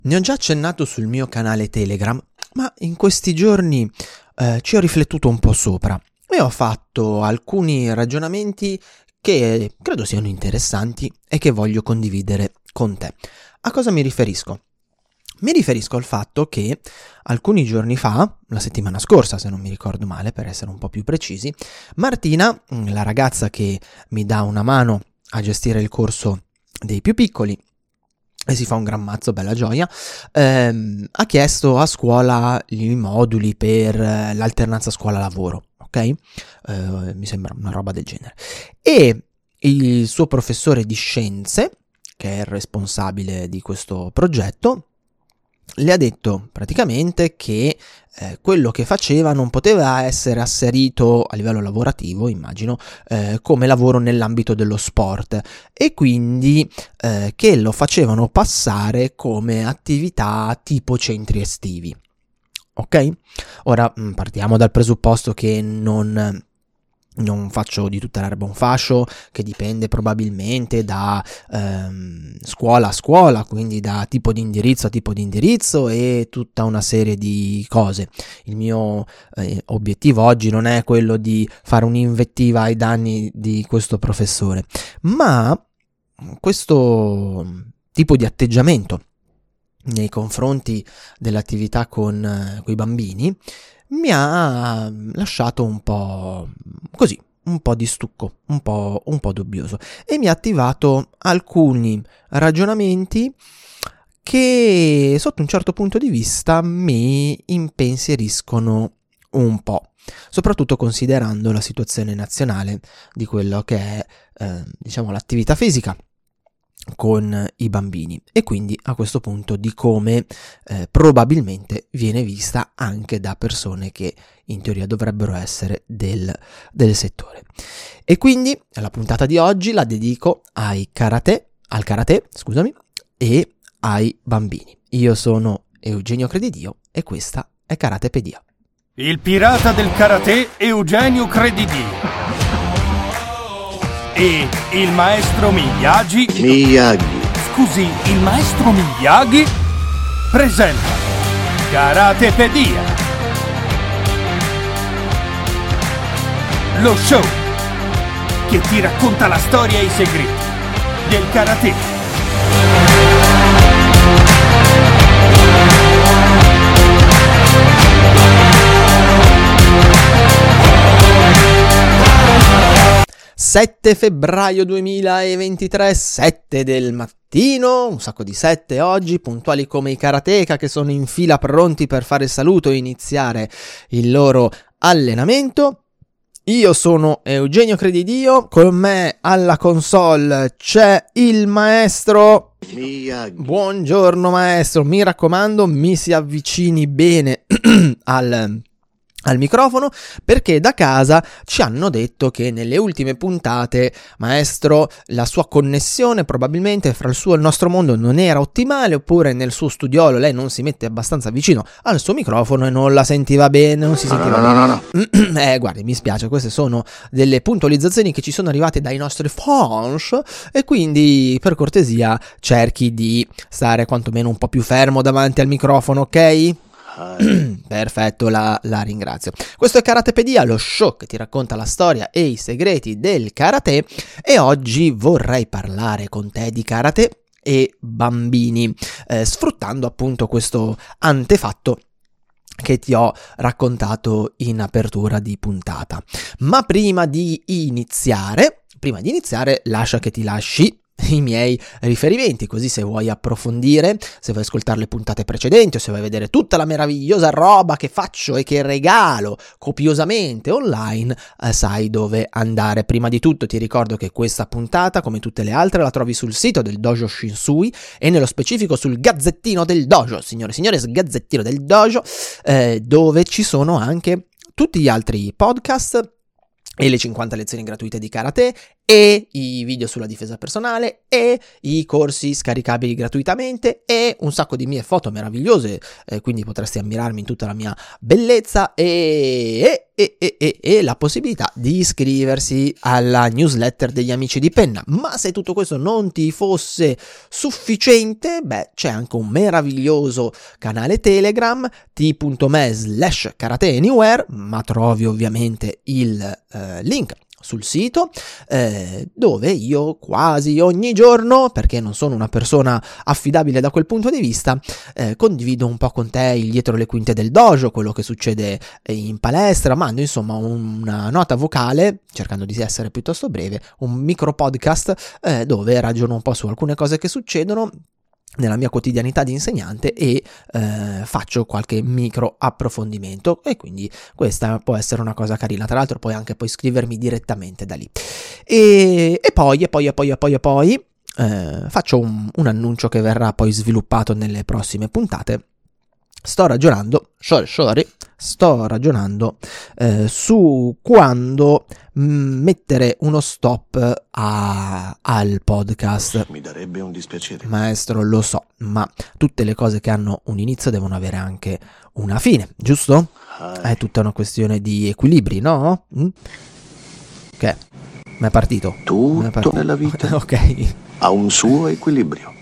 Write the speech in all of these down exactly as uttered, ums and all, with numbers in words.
Ne ho già accennato sul mio canale Telegram, ma in questi giorni eh, ci ho riflettuto un po' sopra e ho fatto alcuni ragionamenti che credo siano interessanti e che voglio condividere con te. A cosa mi riferisco? Mi riferisco al fatto che alcuni giorni fa, la settimana scorsa se non mi ricordo male per essere un po' più precisi, Martina, la ragazza che mi dà una mano a gestire il corso dei più piccoli, e si fa un gran mazzo, bella gioia, ehm, ha chiesto a scuola i moduli per eh, l'alternanza scuola-lavoro, ok? Eh, mi sembra una roba del genere. E il suo professore di scienze, che è il responsabile di questo progetto, le ha detto praticamente che eh, quello che faceva non poteva essere asserito a livello lavorativo, immagino, eh, come lavoro nell'ambito dello sport, e quindi eh, che lo facevano passare come attività tipo centri estivi. Ok? Ora mh, partiamo dal presupposto che non... non faccio di tutta l'erba un fascio, che dipende probabilmente da ehm, scuola a scuola, quindi da tipo di indirizzo a tipo di indirizzo e tutta una serie di cose. Il mio eh, obiettivo oggi non è quello di fare un'invettiva ai danni di questo professore, ma questo tipo di atteggiamento nei confronti dell'attività con, eh, con i bambini mi ha lasciato un po' così, un po' di stucco, un po', un po' dubbioso, e mi ha attivato alcuni ragionamenti che sotto un certo punto di vista mi impensieriscono un po', soprattutto considerando la situazione nazionale di quello che è eh, diciamo l'attività fisica con i bambini, e quindi a questo punto di come eh, probabilmente viene vista anche da persone che in teoria dovrebbero essere del, del settore. E quindi la puntata di oggi la dedico ai karate, al karate, scusami, e ai bambini. Io sono Eugenio Credidio e questa è Karatepedia. Il pirata del karate Eugenio Credidio e il maestro Miyagi Miyagi Scusi, il maestro Miyagi presenta Karatepedia, lo show che ti racconta la storia e i segreti del karate. sette febbraio duemilaventitré, sette del mattino, un sacco di sette oggi, puntuali come i karateka che sono in fila pronti per fare il saluto e iniziare il loro allenamento. Io sono Eugenio Credidio, con me alla console c'è il maestro Miyagi. Buongiorno maestro, mi raccomando mi si avvicini bene al... al microfono, perché da casa ci hanno detto che nelle ultime puntate, maestro, la sua connessione probabilmente fra il suo e il nostro mondo non era ottimale, oppure nel suo studiolo lei non si mette abbastanza vicino al suo microfono e non la sentiva bene, non si sentiva no, no, no, bene. No, no. Eh, guardi, mi spiace, queste sono delle puntualizzazioni che ci sono arrivate dai nostri fans, e quindi per cortesia cerchi di stare quantomeno un po' più fermo davanti al microfono, ok? Perfetto, la, la ringrazio. Questo è Karatepedia, lo show che ti racconta la storia e i segreti del karate, e oggi vorrei parlare con te di karate e bambini, eh, sfruttando appunto questo antefatto che ti ho raccontato in apertura di puntata. Ma prima di iniziare, prima di iniziare, lascia che ti lasci i miei riferimenti, così se vuoi approfondire, se vuoi ascoltare le puntate precedenti o se vuoi vedere tutta la meravigliosa roba che faccio e che regalo copiosamente online, eh, sai dove andare. Prima di tutto ti ricordo che questa puntata, come tutte le altre, la trovi sul sito del Dojo Shinsui e nello specifico sul Gazzettino del Dojo, signore e signori, Gazzettino del Dojo, eh, dove ci sono anche tutti gli altri podcast e le cinquanta lezioni gratuite di karate e i video sulla difesa personale e i corsi scaricabili gratuitamente e un sacco di mie foto meravigliose, eh, quindi potresti ammirarmi in tutta la mia bellezza e, e, e, e, e, e la possibilità di iscriversi alla newsletter degli amici di penna. Ma se tutto questo non ti fosse sufficiente, beh, c'è anche un meraviglioso canale Telegram t.me slash karate anywhere, ma trovi ovviamente il eh, link sul sito, eh, dove io quasi ogni giorno, perché non sono una persona affidabile da quel punto di vista, eh, condivido un po' con te il dietro le quinte del dojo, quello che succede in palestra, mando insomma una nota vocale, cercando di essere piuttosto breve, un micro podcast eh, dove ragiono un po' su alcune cose che succedono nella mia quotidianità di insegnante e eh, faccio qualche micro approfondimento, e quindi questa può essere una cosa carina. Tra l'altro puoi anche poi scrivermi direttamente da lì, e, e poi e poi e poi e poi e poi eh, faccio un, un annuncio che verrà poi sviluppato nelle prossime puntate. Sto ragionando, sorry, sorry, sto ragionando eh, su quando mh, mettere uno stop a, al podcast. Mi darebbe un dispiacere. Maestro, lo so, ma tutte le cose che hanno un inizio devono avere anche una fine, giusto? Ah. È tutta una questione di equilibri, no? Mm? Che? Mi è partito? Tutto M'è partito. nella vita Ok. ha un suo equilibrio.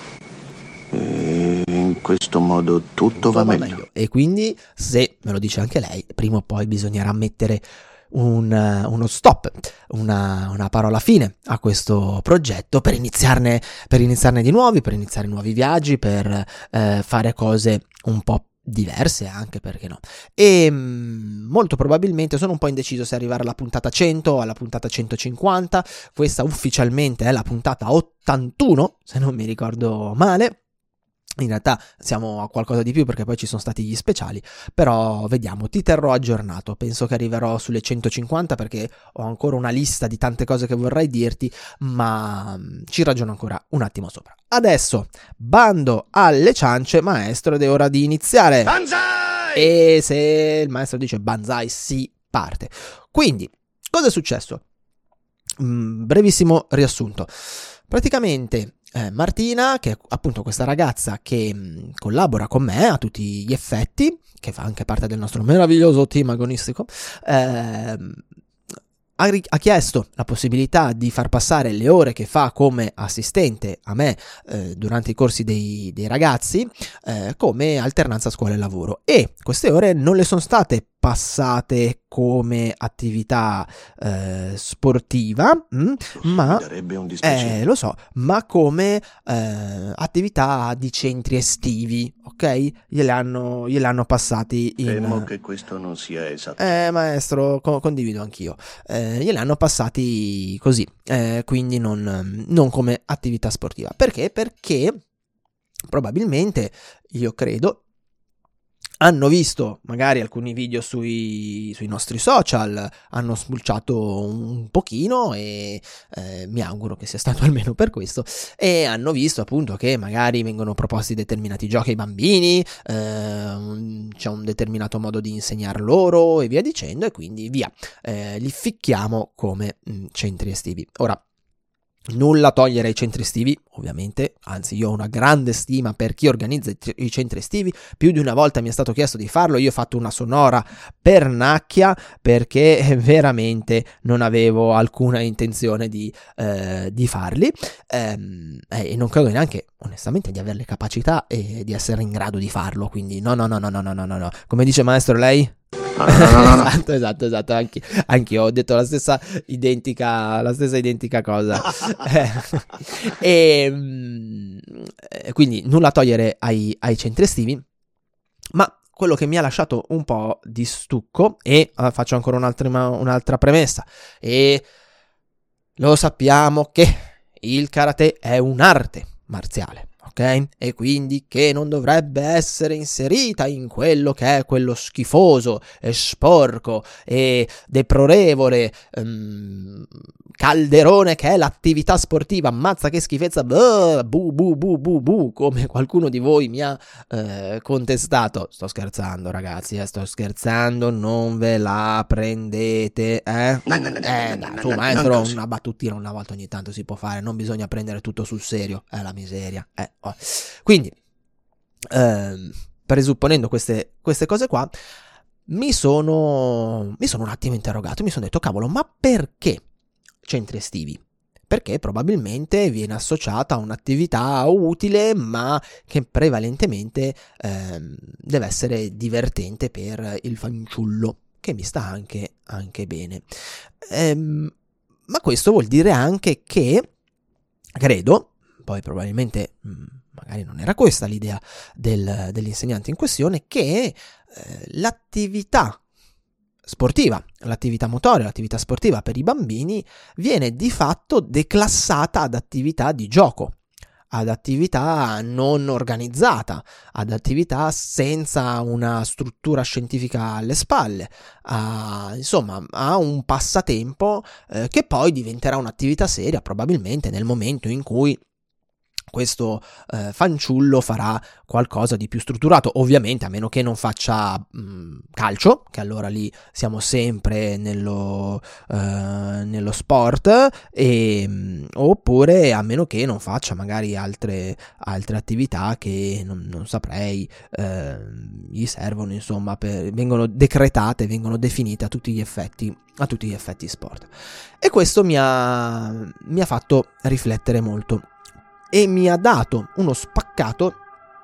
E in questo modo tutto, Tutto va, va meglio. meglio. E quindi, se me lo dice anche lei, prima o poi bisognerà mettere un, uh, uno stop, una, una parola fine a questo progetto per iniziarne, per iniziarne di nuovi, per iniziare nuovi viaggi, per eh, fare cose un po' diverse anche, perché no. E mh, molto probabilmente sono un po' indeciso se arrivare alla puntata cento o alla puntata centocinquanta. Questa ufficialmente è la puntata ottantuno, se non mi ricordo male. In realtà siamo a qualcosa di più, perché poi ci sono stati gli speciali, però vediamo, ti terrò aggiornato. Penso che arriverò sulle centocinquanta, perché ho ancora una lista di tante cose che vorrei dirti, ma ci ragiono ancora un attimo sopra. Adesso bando alle ciance, maestro, ed è ora di iniziare. Banzai! E se il maestro dice banzai, si parte. Quindi, cosa è successo? Mm, brevissimo riassunto. Praticamente Eh, Martina, che è appunto questa ragazza che mh, collabora con me a tutti gli effetti, che fa anche parte del nostro meraviglioso team agonistico, eh, ha, ri- ha chiesto la possibilità di far passare le ore che fa come assistente a me eh, durante i corsi dei, dei ragazzi eh, come alternanza scuola e lavoro, e queste ore non le sono state passate come attività eh, sportiva, mh, ma Mi darebbe un dispiacere. eh, lo so, ma come eh, attività di centri estivi, ok? Gliele hanno, gliele hanno passati in... Temo che questo non sia esatto. Eh, maestro, co- condivido anch'io. Eh, gliele hanno passati così, eh, quindi non, non come attività sportiva. Perché? Perché probabilmente, io credo, hanno visto magari alcuni video sui, sui nostri social, hanno spulciato un pochino, e eh, mi auguro che sia stato almeno per questo, e hanno visto appunto che magari vengono proposti determinati giochi ai bambini, eh, un, c'è un determinato modo di insegnar loro e via dicendo, e quindi via, eh, li ficchiamo come mh, centri estivi. Ora, nulla togliere ai centri estivi, ovviamente, anzi io ho una grande stima per chi organizza i centri estivi. Più di una volta mi è stato chiesto di farlo, io ho fatto una sonora pernacchia perché veramente non avevo alcuna intenzione di, eh, di farli, ehm, e non credo neanche onestamente di avere le capacità e di essere in grado di farlo, quindi no no no no no no no no, come dice maestro lei? No, no, no, no, no. esatto, esatto, esatto, anche, anche io ho detto la stessa identica, la stessa identica cosa. E quindi nulla a togliere ai, ai centri estivi, ma quello che mi ha lasciato un po' di stucco, e uh, faccio ancora un'altra, un'altra premessa, e lo sappiamo che il karate è un'arte marziale, ok? E quindi che non dovrebbe essere inserita in quello che è quello schifoso e sporco e deplorevole um, calderone che è l'attività sportiva. Ammazza che schifezza, buh, bu bu bu bu bu, come qualcuno di voi mi ha eh, contestato. Sto scherzando ragazzi, eh, sto scherzando, non ve la prendete, eh? No, no, no, Eh, no, no, su no, maestro, non così. una battutina una volta ogni tanto si può fare, non bisogna prendere tutto sul serio, è la miseria, eh, oh. Quindi, ehm, presupponendo queste, queste cose qua, mi sono, mi sono un attimo interrogato, mi sono detto, cavolo, ma perché centri estivi? Perché probabilmente viene associata a un'attività utile, ma che prevalentemente ehm, deve essere divertente per il fanciullo, che mi sta anche, anche bene. Ehm, ma questo vuol dire anche che, credo, poi probabilmente mh, magari non era questa l'idea del, dell'insegnante in questione, che eh, l'attività sportiva, l'attività motoria, l'attività sportiva per i bambini viene di fatto declassata ad attività di gioco, ad attività non organizzata, ad attività senza una struttura scientifica alle spalle, a, insomma a un passatempo eh, che poi diventerà un'attività seria probabilmente nel momento in cui questo eh, fanciullo farà qualcosa di più strutturato, ovviamente a meno che non faccia mh, calcio, che allora lì siamo sempre nello, eh, nello sport, e, mh, oppure a meno che non faccia magari altre, altre attività che non, non saprei, eh, gli servono, insomma, per, vengono decretate, vengono definite a tutti gli effetti, a tutti gli effetti sport. E questo mi ha, mi ha fatto riflettere molto. E mi ha dato uno spaccato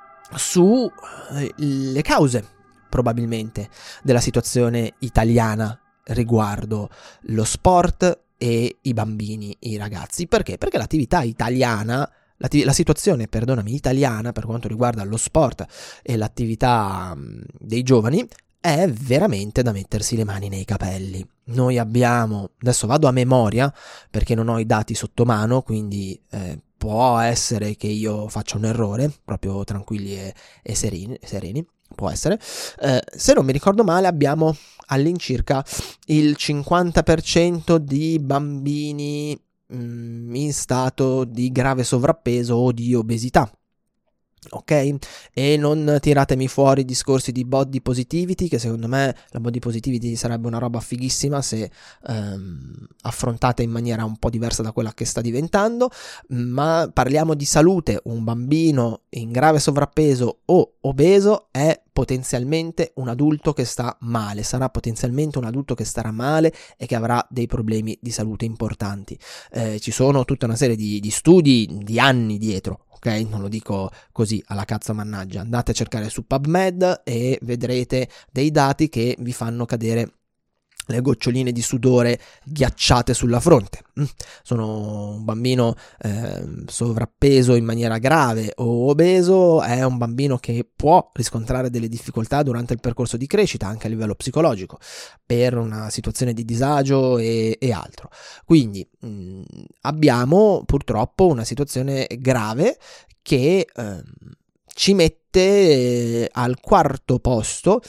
sulle cause, probabilmente, della situazione italiana riguardo lo sport e i bambini, i ragazzi. Perché? Perché l'attività italiana, la, la situazione, perdonami, italiana per quanto riguarda lo sport e l'attività dei giovani è veramente da mettersi le mani nei capelli. Noi abbiamo, adesso vado a memoria perché non ho i dati sotto mano, quindi eh, può essere che io faccia un errore, proprio tranquilli e, e sereni, sereni, può essere. Eh, se non mi ricordo male abbiamo all'incirca il cinquanta per cento di bambini mh, in stato di grave sovrappeso o di obesità. Ok? E non tiratemi fuori discorsi di body positivity, che secondo me la body positivity sarebbe una roba fighissima se ehm, affrontata in maniera un po' diversa da quella che sta diventando, ma parliamo di salute. Un bambino in grave sovrappeso o obeso è potenzialmente un adulto che sta male, sarà potenzialmente un adulto che starà male e che avrà dei problemi di salute importanti. Eh, ci sono tutta una serie di, di studi di anni dietro. Ok, non lo dico così alla cazzo mannaggia, andate a cercare su PubMed e vedrete dei dati che vi fanno cadere le goccioline di sudore ghiacciate sulla fronte. Sono un bambino eh, sovrappeso in maniera grave o obeso, è un bambino che può riscontrare delle difficoltà durante il percorso di crescita anche a livello psicologico per una situazione di disagio e, e altro. Quindi mh, abbiamo purtroppo una situazione grave che eh, ci mette eh, al quarto posto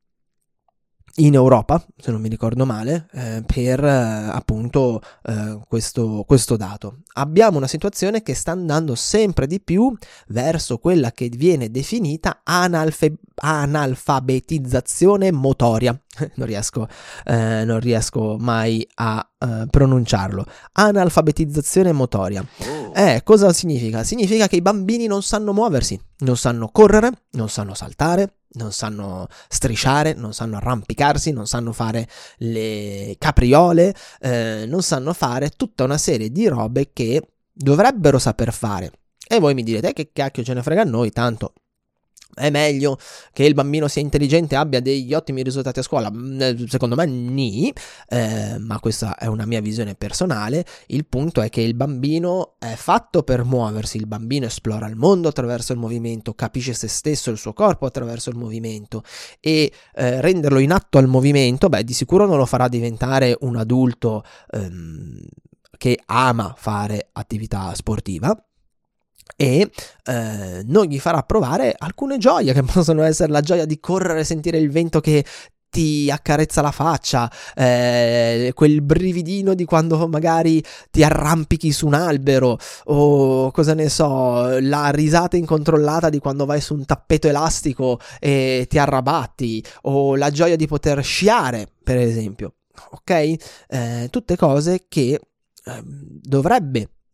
in Europa, se non mi ricordo male, eh, per eh, appunto eh, questo, questo dato. Abbiamo una situazione che sta andando sempre di più verso quella che viene definita analfe- analfabetizzazione motoria. non riesco, eh, non riesco mai a eh, pronunciarlo. Analfabetizzazione motoria. Eh, cosa significa? Significa che i bambini non sanno muoversi, non sanno correre, non sanno saltare, non sanno strisciare, non sanno arrampicarsi, non sanno fare le capriole, eh, non sanno fare tutta una serie di robe che dovrebbero saper fare. E voi mi direte, eh, che cacchio ce ne frega a noi, tanto è meglio che il bambino sia intelligente e abbia degli ottimi risultati a scuola. Secondo me nì, eh, ma questa è una mia visione personale. Il punto è che il bambino è fatto per muoversi, il bambino esplora il mondo attraverso il movimento, capisce se stesso e il suo corpo attraverso il movimento, e eh, renderlo inatto al movimento, beh, di sicuro non lo farà diventare un adulto ehm, che ama fare attività sportiva, e eh, non gli farà provare alcune gioie che possono essere la gioia di correre, sentire il vento che ti accarezza la faccia, eh, quel brividino di quando magari ti arrampichi su un albero, o cosa ne so, la risata incontrollata di quando vai su un tappeto elastico e ti arrabatti, o la gioia di poter sciare, per esempio. Ok? Eh, tutte cose che eh, dovrebbe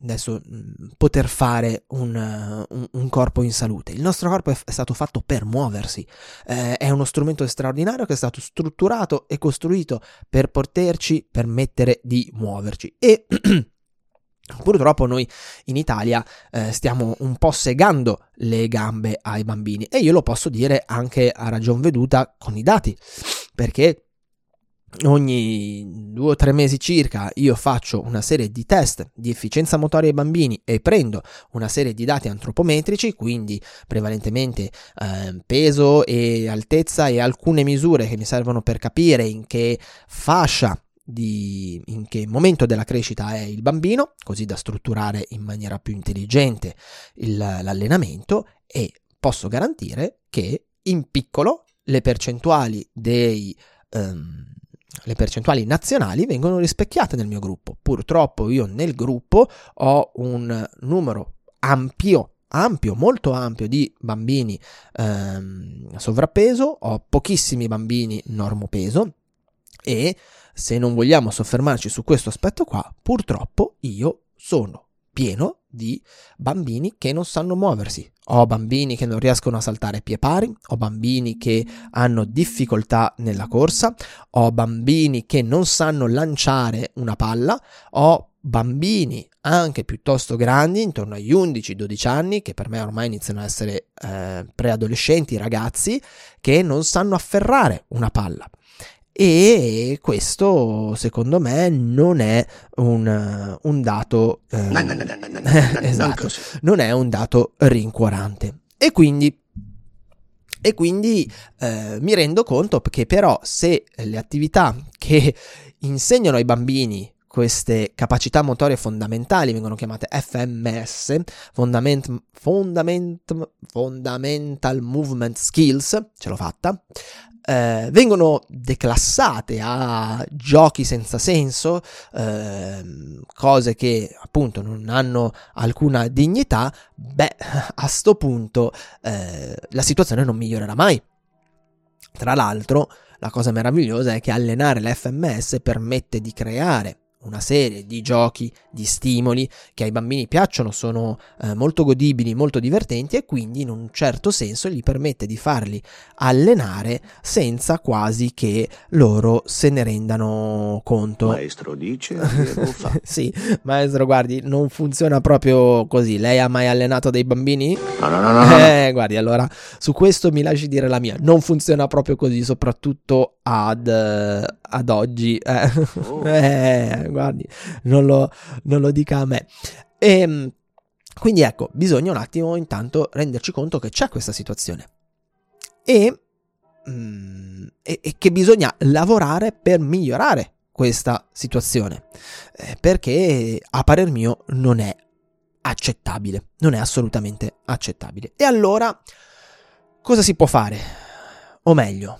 adesso mh, poter fare un, uh, un, un corpo in salute. Il nostro corpo è, f- è stato fatto per muoversi, eh, è uno strumento straordinario che è stato strutturato e costruito per poterci permettere di muoverci. E purtroppo noi in Italia eh, stiamo un po' segando le gambe ai bambini, e io lo posso dire anche a ragion veduta con i dati, perché ogni due o tre mesi circa io faccio una serie di test di efficienza motoria ai bambini e prendo una serie di dati antropometrici, quindi prevalentemente eh, peso e altezza e alcune misure che mi servono per capire in che fascia di in che momento della crescita è il bambino, così da strutturare in maniera più intelligente il, l'allenamento, e posso garantire che in piccolo le percentuali dei um, le percentuali nazionali vengono rispecchiate nel mio gruppo. Purtroppo io nel gruppo ho un numero ampio ampio, molto ampio di bambini ehm, sovrappeso, ho pochissimi bambini normopeso, e se non vogliamo soffermarci su questo aspetto qua, purtroppo io sono pieno di bambini che non sanno muoversi. Ho bambini che non riescono a saltare a piedi pari, ho bambini che hanno difficoltà nella corsa, ho bambini che non sanno lanciare una palla, ho bambini anche piuttosto grandi, intorno agli undici dodici anni, che per me ormai iniziano a essere eh, preadolescenti, ragazzi, che non sanno afferrare una palla. E questo secondo me non è un, un dato eh, no, no, no, no, no, no, esatto, non è un dato rincuorante. E quindi e quindi eh, mi rendo conto che però se le attività che insegnano ai bambini queste capacità motorie fondamentali vengono chiamate F M S, Fundament, Fundament, Fundamental Movement Skills, ce l'ho fatta, Eh, vengono declassate a giochi senza senso, eh, cose che appunto non hanno alcuna dignità, beh, a sto punto eh, la situazione non migliorerà mai. Tra l'altro, la cosa meravigliosa è che allenare l'F M S permette di creare una serie di giochi, di stimoli che ai bambini piacciono, sono eh, molto godibili, molto divertenti, e quindi in un certo senso gli permette di farli allenare senza quasi che loro se ne rendano conto. Maestro dice, Diego fa. Sì, maestro, guardi, non funziona proprio così. Lei ha mai allenato dei bambini? No, no, no, no. Eh, guardi, allora su questo mi lasci dire la mia. Non funziona proprio così, soprattutto ad, ad oggi. Eh. Oh. eh guardi, non lo, non lo dica a me. E quindi ecco, bisogna un attimo intanto renderci conto che c'è questa situazione e, mm, e, e che bisogna lavorare per migliorare questa situazione, eh, perché a parer mio non è accettabile, non è assolutamente accettabile. E allora cosa si può fare? O meglio,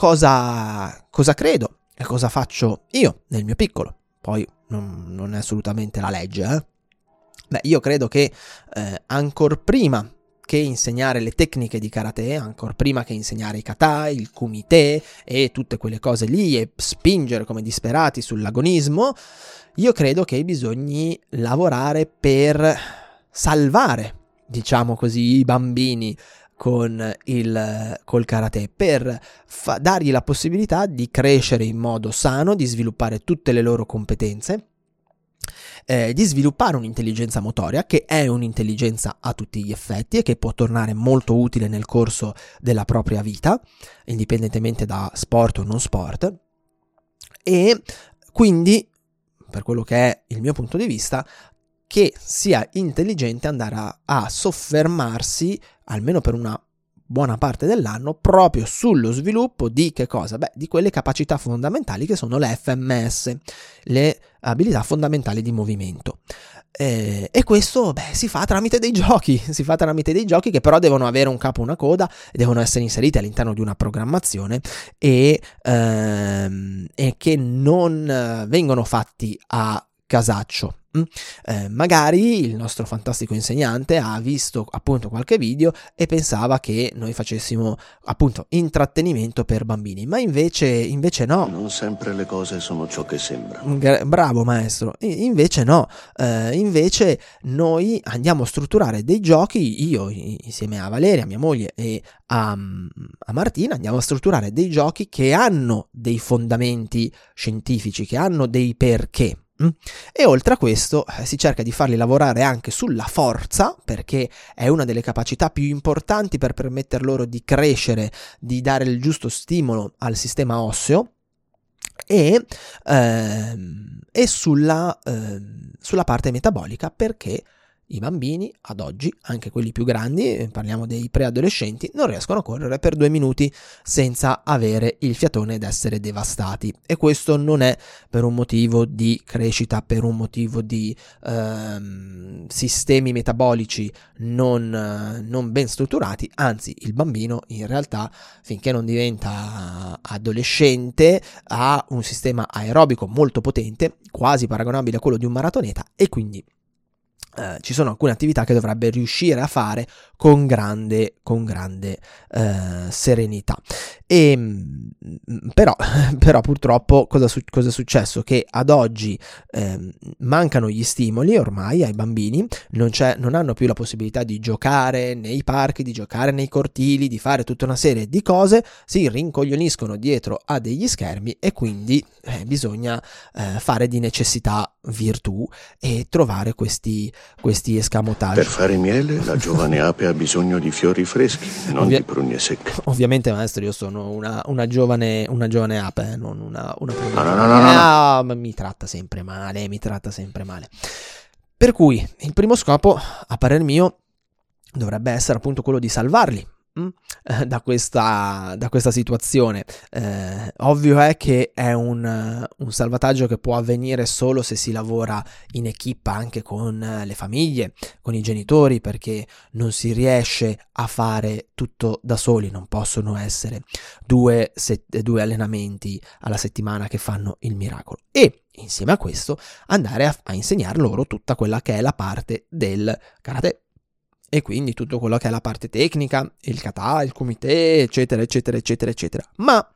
cosa, cosa credo e cosa faccio io nel mio piccolo? Poi non, non è assolutamente la legge, eh? Beh, io credo che eh, ancor prima che insegnare le tecniche di karate, ancor prima che insegnare i kata, il kumite e tutte quelle cose lì e spingere come disperati sull'agonismo, io credo che bisogni lavorare per salvare, diciamo così, i bambini con il col karate, per fa- dargli la possibilità di crescere in modo sano, di sviluppare tutte le loro competenze, eh, di sviluppare un'intelligenza motoria che è un'intelligenza a tutti gli effetti e che può tornare molto utile nel corso della propria vita, indipendentemente da sport o non sport. E quindi, per quello che è il mio punto di vista, che sia intelligente andare a, a soffermarsi almeno per una buona parte dell'anno proprio sullo sviluppo di che cosa? Beh, di quelle capacità fondamentali che sono le F M S, le abilità fondamentali di movimento. Eh, e questo beh, si fa tramite dei giochi, si fa tramite dei giochi che però devono avere un capo, una coda, devono essere inseriti all'interno di una programmazione e, ehm, e che non vengono fatti a casaccio. Eh, magari il nostro fantastico insegnante ha visto appunto qualche video e pensava che noi facessimo appunto intrattenimento per bambini, ma invece, invece no. Non sempre le cose sono ciò che sembrano. Bravo maestro, invece no, eh, invece noi andiamo a strutturare dei giochi, io insieme a Valeria, mia moglie, e a, a Martina andiamo a strutturare dei giochi che hanno dei fondamenti scientifici, che hanno dei perché. E oltre a questo eh, si cerca di farli lavorare anche sulla forza, perché è una delle capacità più importanti per permetter loro di crescere, di dare il giusto stimolo al sistema osseo, e, ehm, e sulla, ehm, sulla parte metabolica, perché i bambini ad oggi, anche quelli più grandi, parliamo dei preadolescenti, non riescono a correre per due minuti senza avere il fiatone ed essere devastati, e questo non è per un motivo di crescita, per un motivo di ehm, sistemi metabolici non, non ben strutturati, anzi il bambino in realtà finché non diventa adolescente ha un sistema aerobico molto potente, quasi paragonabile a quello di un maratoneta, e quindi Uh, ci sono alcune attività che dovrebbe riuscire a fare con grande, con grande uh, serenità. E, mh, però, però purtroppo cosa, su- cosa è successo? Che ad oggi eh, mancano gli stimoli ormai ai bambini, non, c'è, non hanno più la possibilità di giocare nei parchi, di giocare nei cortili, di fare tutta una serie di cose, si rincoglioniscono dietro a degli schermi, e quindi eh, bisogna eh, fare di necessità virtù e trovare questi questi escamotage. Per fare miele la giovane ape ha bisogno di fiori freschi, non Ovvia- di prugne secche. Ovviamente maestro, io sono una, una giovane una giovane ape, eh, non una, una prugna. No, no, no, no, no. Ah, ma mi tratta sempre male, mi tratta sempre male. Per cui il primo scopo, a parer mio, dovrebbe essere appunto quello di salvarli Da questa, da questa situazione. Eh, ovvio è che è un, un salvataggio che può avvenire solo se si lavora in equipe anche con le famiglie, con i genitori, perché non si riesce a fare tutto da soli, non possono essere due, set, due allenamenti alla settimana che fanno il miracolo. E insieme a questo andare a, a insegnare loro tutta quella che è la parte del karate, e quindi tutto quello che è la parte tecnica, il kata, il kumite, eccetera, eccetera, eccetera, eccetera. Ma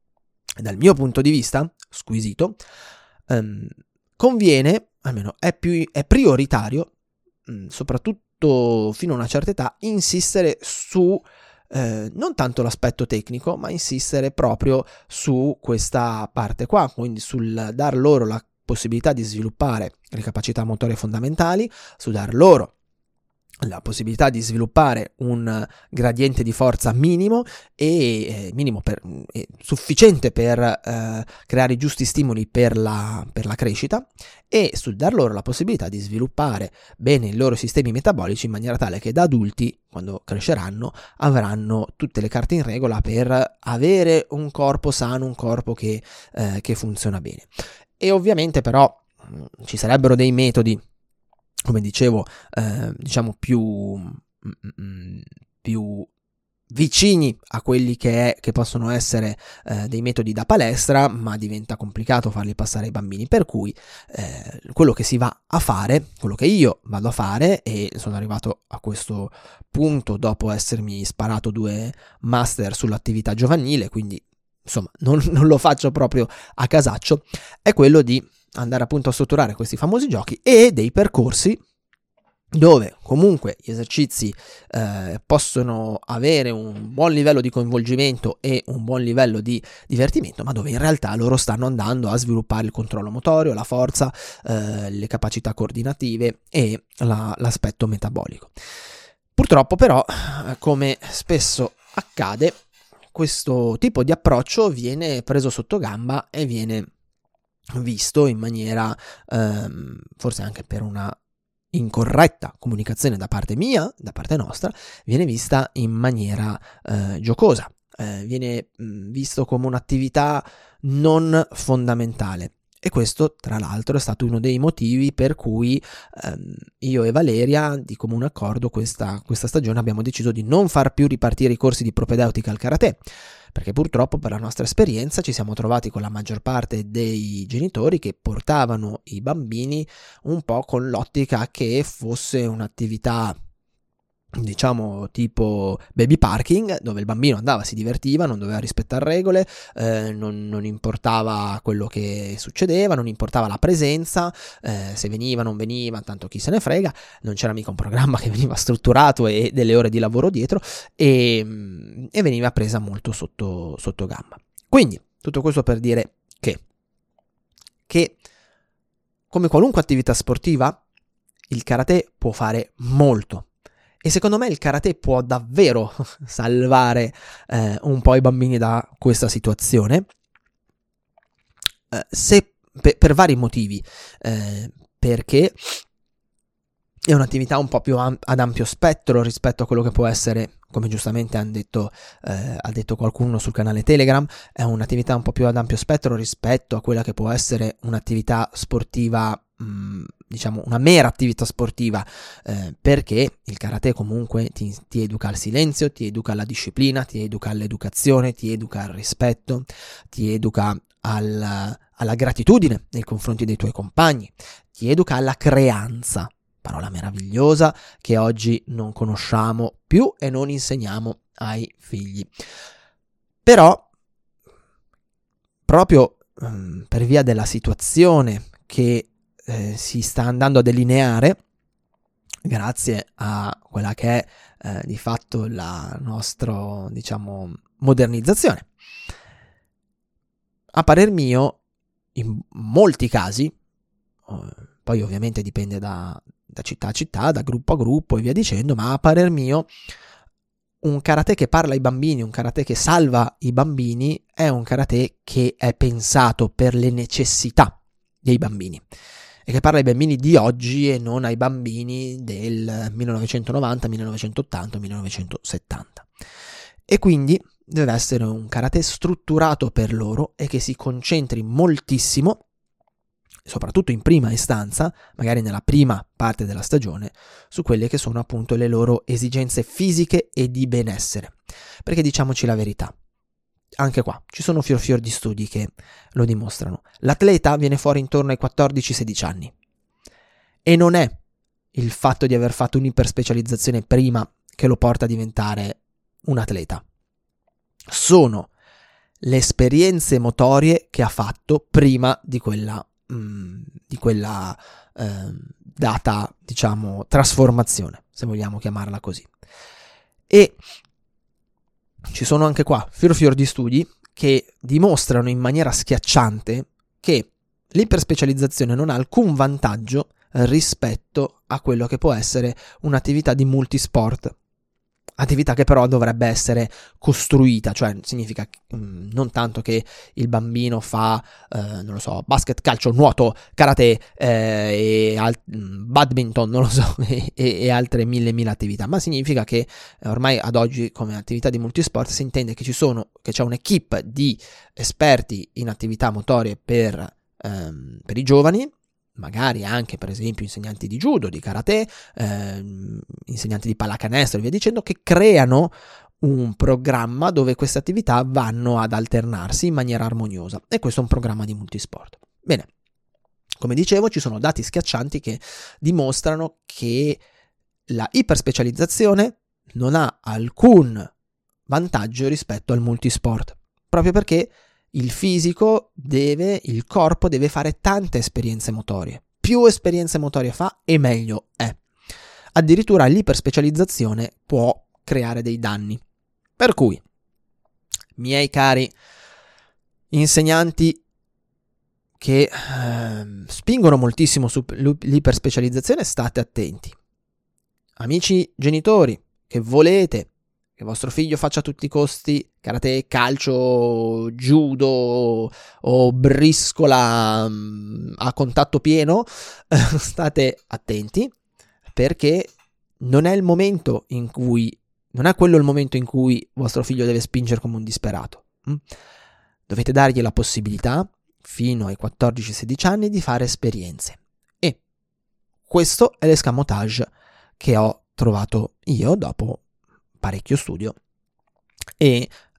dal mio punto di vista squisito, ehm, conviene, almeno è, più, è prioritario, mh, soprattutto fino a una certa età, insistere su eh, non tanto l'aspetto tecnico, ma insistere proprio su questa parte qua, quindi sul dar loro la possibilità di sviluppare le capacità motorie fondamentali, su dar loro la possibilità di sviluppare un gradiente di forza minimo e eh, minimo per, eh, sufficiente per eh, creare i giusti stimoli per la, per la crescita, e sul dar loro la possibilità di sviluppare bene i loro sistemi metabolici in maniera tale che da adulti, quando cresceranno, avranno tutte le carte in regola per avere un corpo sano, un corpo che, eh, che funziona bene. E ovviamente però mh, ci sarebbero dei metodi, come dicevo, eh, diciamo più, mm, più vicini a quelli che, è, che possono essere eh, dei metodi da palestra, ma diventa complicato farli passare ai bambini, per cui eh, quello che si va a fare, quello che io vado a fare, e sono arrivato a questo punto dopo essermi sparato due master sull'attività giovanile, quindi insomma non, non lo faccio proprio a casaccio, è quello di andare appunto a strutturare questi famosi giochi e dei percorsi dove comunque gli esercizi eh, possono avere un buon livello di coinvolgimento e un buon livello di divertimento, ma dove in realtà loro stanno andando a sviluppare il controllo motorio, la forza, eh, le capacità coordinative e la, l'aspetto metabolico. Purtroppo però, come spesso accade, questo tipo di approccio viene preso sotto gamba e viene visto in maniera ehm, forse anche per una incorretta comunicazione da parte mia, da parte nostra, viene vista in maniera eh, giocosa, eh, viene mh, visto come un'attività non fondamentale. E questo, tra l'altro, è stato uno dei motivi per cui ehm, io e Valeria, di comune accordo, questa, questa stagione abbiamo deciso di non far più ripartire i corsi di propedeutica al karate, perché purtroppo per la nostra esperienza ci siamo trovati con la maggior parte dei genitori che portavano i bambini un po' con l'ottica che fosse un'attività, diciamo tipo baby parking, dove il bambino andava, si divertiva, non doveva rispettare regole, eh, non, non importava quello che succedeva, non importava la presenza, eh, se veniva non veniva, tanto chi se ne frega, non c'era mica un programma che veniva strutturato e delle ore di lavoro dietro, e, e veniva presa molto sotto, sotto gamba. Quindi tutto questo per dire che, che come qualunque attività sportiva il karate può fare molto. E secondo me il karate può davvero salvare eh, un po' i bambini da questa situazione, eh, se, pe, per vari motivi, eh, perché è un'attività un po' più am- ad ampio spettro rispetto a quello che può essere, come giustamente han detto, eh, ha detto qualcuno sul canale Telegram, è un'attività un po' più ad ampio spettro rispetto a quella che può essere un'attività sportiva, mh, diciamo una mera attività sportiva, eh, perché il karate comunque ti, ti educa al silenzio, ti educa alla disciplina, ti educa all'educazione, ti educa al rispetto, ti educa al, alla gratitudine nei confronti dei tuoi compagni, ti educa alla creanza, parola meravigliosa che oggi non conosciamo più e non insegniamo ai figli. Però, proprio um, per via della situazione che eh, si sta andando a delineare, grazie a quella che è eh, di fatto la nostra, diciamo, modernizzazione, a parer mio, in molti casi, eh, poi ovviamente dipende da da città a città, da gruppo a gruppo e via dicendo, ma a parer mio un karate che parla ai bambini, un karate che salva i bambini, è un karate che è pensato per le necessità dei bambini e che parla ai bambini di oggi e non ai bambini del millenovecentonovanta, millenovecentottanta, millenovecentosettanta. E quindi deve essere un karate strutturato per loro e che si concentri moltissimo, soprattutto in prima istanza, magari nella prima parte della stagione, su quelle che sono appunto le loro esigenze fisiche e di benessere. Perché diciamoci la verità, anche qua ci sono fior fior di studi che lo dimostrano. L'atleta viene fuori intorno ai quattordici sedici anni e non è il fatto di aver fatto un'iperspecializzazione prima che lo porta a diventare un atleta. Sono le esperienze motorie che ha fatto prima di quella di quella eh, data, diciamo, trasformazione, se vogliamo chiamarla così. E ci sono anche qua fior fior di studi che dimostrano in maniera schiacciante che l'iperspecializzazione non ha alcun vantaggio rispetto a quello che può essere un'attività di multisport. Attività che però dovrebbe essere costruita, cioè significa mh, non tanto che il bambino fa, eh, non lo so, basket, calcio, nuoto, karate, eh, e al- badminton, non lo so, e, e altre mille mille attività, ma significa che eh, ormai ad oggi come attività di multisport si intende che ci sono, che c'è un'equipe di esperti in attività motorie per, ehm, per i giovani, magari anche per esempio insegnanti di judo, di karate, ehm, insegnanti di pallacanestro e via dicendo, che creano un programma dove queste attività vanno ad alternarsi in maniera armoniosa, e questo è un programma di multisport. Bene, come dicevo, ci sono dati schiaccianti che dimostrano che la iperspecializzazione non ha alcun vantaggio rispetto al multisport, proprio perché il fisico deve, il corpo deve fare tante esperienze motorie. Più esperienze motorie fa e meglio è. Addirittura l'iperspecializzazione può creare dei danni. Per cui, miei cari insegnanti che eh, spingono moltissimo sull'iperspecializzazione, state attenti. Amici genitori che volete che vostro figlio faccia a tutti i costi karate, calcio, judo o briscola um, a contatto pieno, state attenti, perché non è il momento in cui, non è quello il momento in cui vostro figlio deve spingere come un disperato. Mm? Dovete dargli la possibilità, fino ai quattordici sedici anni, di fare esperienze. E questo è l'escamotage che ho trovato io dopo parecchio studio e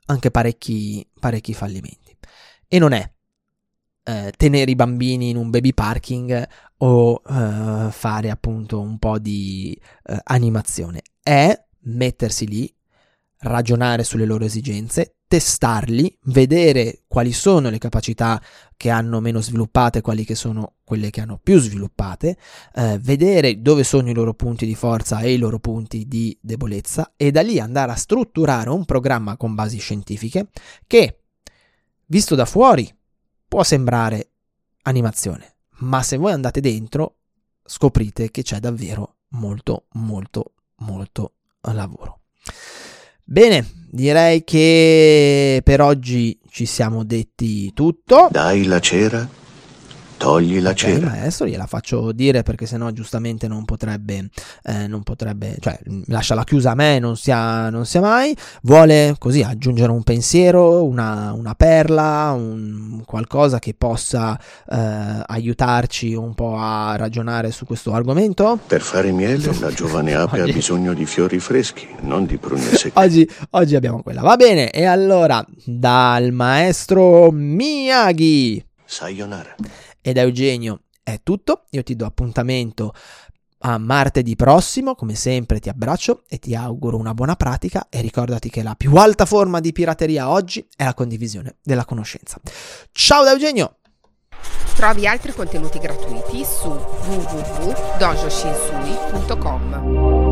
anche parecchi, parecchi fallimenti. E non è eh, tenere i bambini in un baby parking o eh, fare appunto un po' di eh, animazione, è mettersi lì, ragionare sulle loro esigenze, testarli, vedere quali sono le capacità che hanno meno sviluppate, quali che sono quelle che hanno più sviluppate, eh, vedere dove sono i loro punti di forza e i loro punti di debolezza, e da lì andare a strutturare un programma con basi scientifiche che, visto da fuori, può sembrare animazione, ma se voi andate dentro scoprite che c'è davvero molto molto molto lavoro. Bene, direi che per oggi ci siamo detti tutto. Dai la cera, togli la Okay, cera. maestro, gliela faccio dire perché sennò giustamente non potrebbe, eh, non potrebbe, cioè lasciala chiusa a me, non sia, non sia mai. Vuole così aggiungere un pensiero, una, una perla, un qualcosa che possa eh, aiutarci un po' a ragionare su questo argomento? Per fare miele la giovane ape ha Oggi- bisogno di fiori freschi, non di prugne secche. Oggi, oggi abbiamo quella, va bene. E allora, dal maestro Miyagi Sayonara. e da Eugenio è tutto. Io ti do appuntamento a martedì prossimo, come sempre ti abbraccio e ti auguro una buona pratica, e ricordati che la più alta forma di pirateria oggi è la condivisione della conoscenza. Ciao da Eugenio! Trovi altri contenuti gratuiti su w w w punto dojo shinsui punto com.